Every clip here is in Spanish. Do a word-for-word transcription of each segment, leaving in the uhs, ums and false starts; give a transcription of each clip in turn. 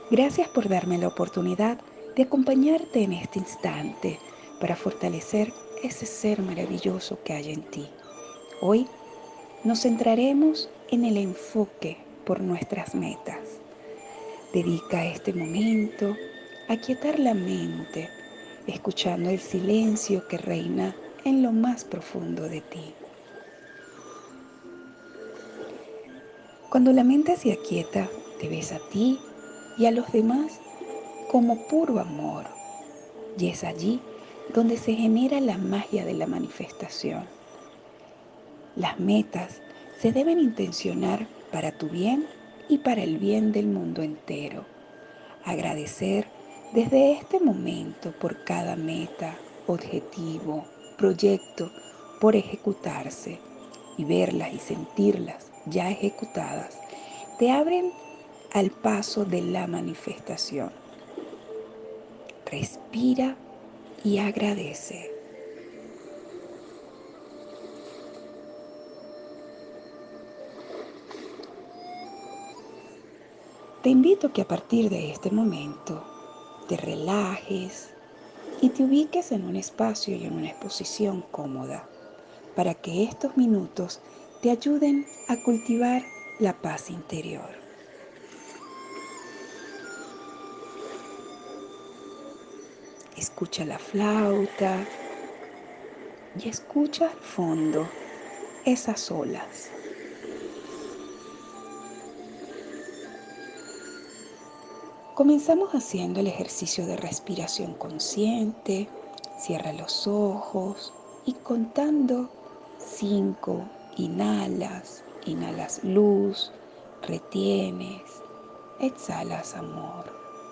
Gracias por darme la oportunidad de acompañarte en este instante para fortalecer ese ser maravilloso que hay en ti. Hoy nos centraremos en el enfoque por nuestras metas. Dedica este momento a quietar la mente, escuchando el silencio que reina en lo más profundo de ti. Cuando la mente se aquieta, te ves a ti y a los demás como puro amor. Y es allí donde se genera la magia de la manifestación. Las metas se deben intencionar para tu bien y para el bien del mundo entero. Agradecer desde este momento por cada meta, objetivo, proyecto por ejecutarse y verlas y sentirlas ya ejecutadas te abren al paso de la manifestación. Respira y agradece. Te invito a que a partir de este momento te relajes y te ubiques en un espacio y en una exposición cómoda para que estos minutos te ayuden a cultivar la paz interior. Escucha la flauta y escucha al fondo esas olas. Comenzamos haciendo el ejercicio de respiración consciente. Cierra los ojos y contando cinco, inhalas, inhalas luz, retienes, exhalas amor.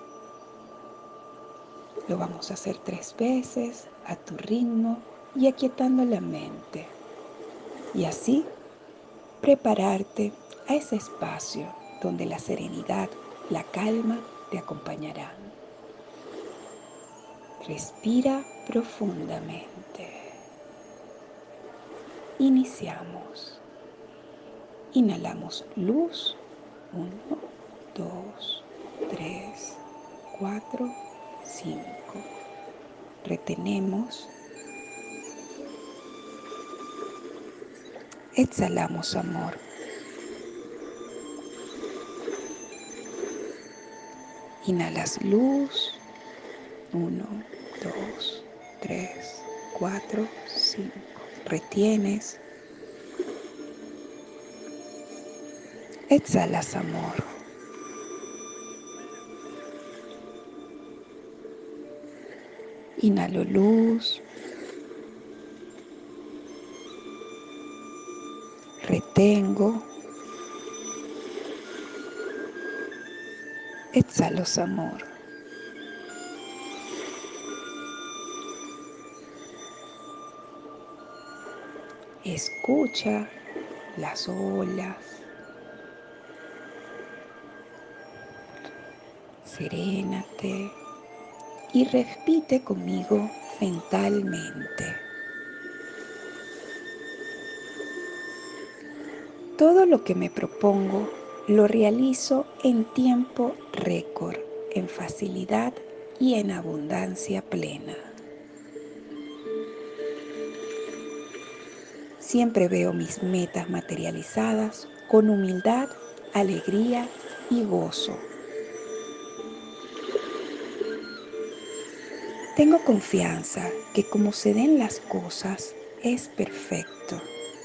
Lo vamos a hacer tres veces a tu ritmo y aquietando la mente. Y así prepararte a ese espacio donde la serenidad, la calma te acompañarán. Respira profundamente. Iniciamos. Inhalamos luz. uno, dos, tres, cuatro, cinco. Retenemos. Exhalamos amor. Inhalas luz. uno, dos, tres, cuatro, cinco. Retienes. Exhalas amor. Inhalo luz. Retengo. Exhalo amor. Escucha las olas. Serénate y repite conmigo mentalmente. Todo lo que me propongo lo realizo en tiempo récord, en facilidad y en abundancia plena. Siempre veo mis metas materializadas con humildad, alegría y gozo. Tengo confianza que como se den las cosas es perfecto.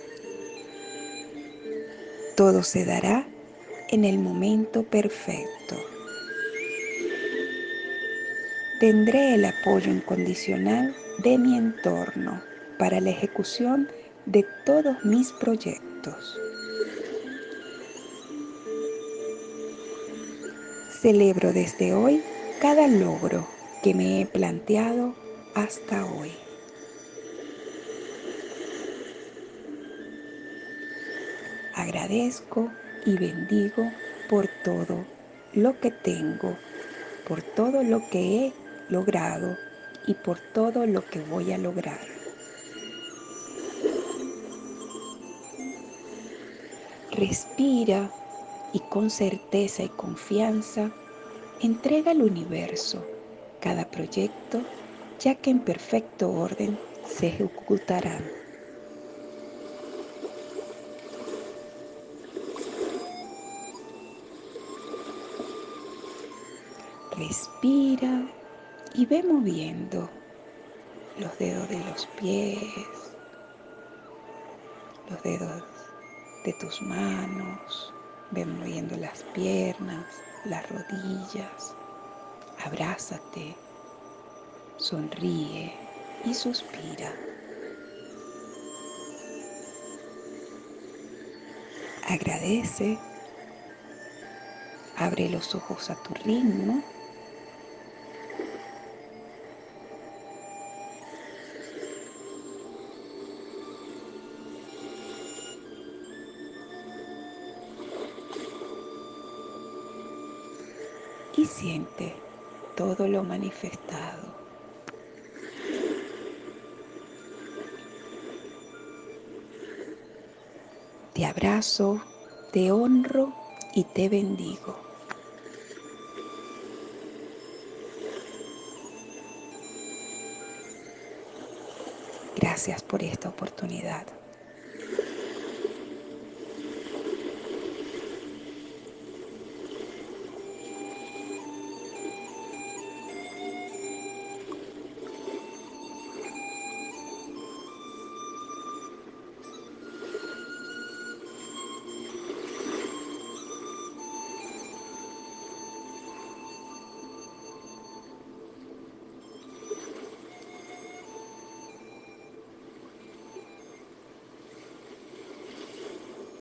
Todo se dará en el momento perfecto. Tendré el apoyo incondicional de mi entorno para la ejecución de todos mis proyectos. Celebro desde hoy cada logro que me he planteado hasta hoy. Agradezco y bendigo por todo lo que tengo, por todo lo que he logrado y por todo lo que voy a lograr. Respira y con certeza y confianza Entrega al universo cada proyecto, ya que en perfecto orden se ejecutarán. Respira y ve moviendo los dedos de los pies, los dedos de tus manos, ve moviendo las piernas, las rodillas. Abrázate, sonríe y suspira. Agradece, abre los ojos a tu ritmo y siente todo lo manifestado. Te abrazo, te honro y te bendigo. Gracias por esta oportunidad.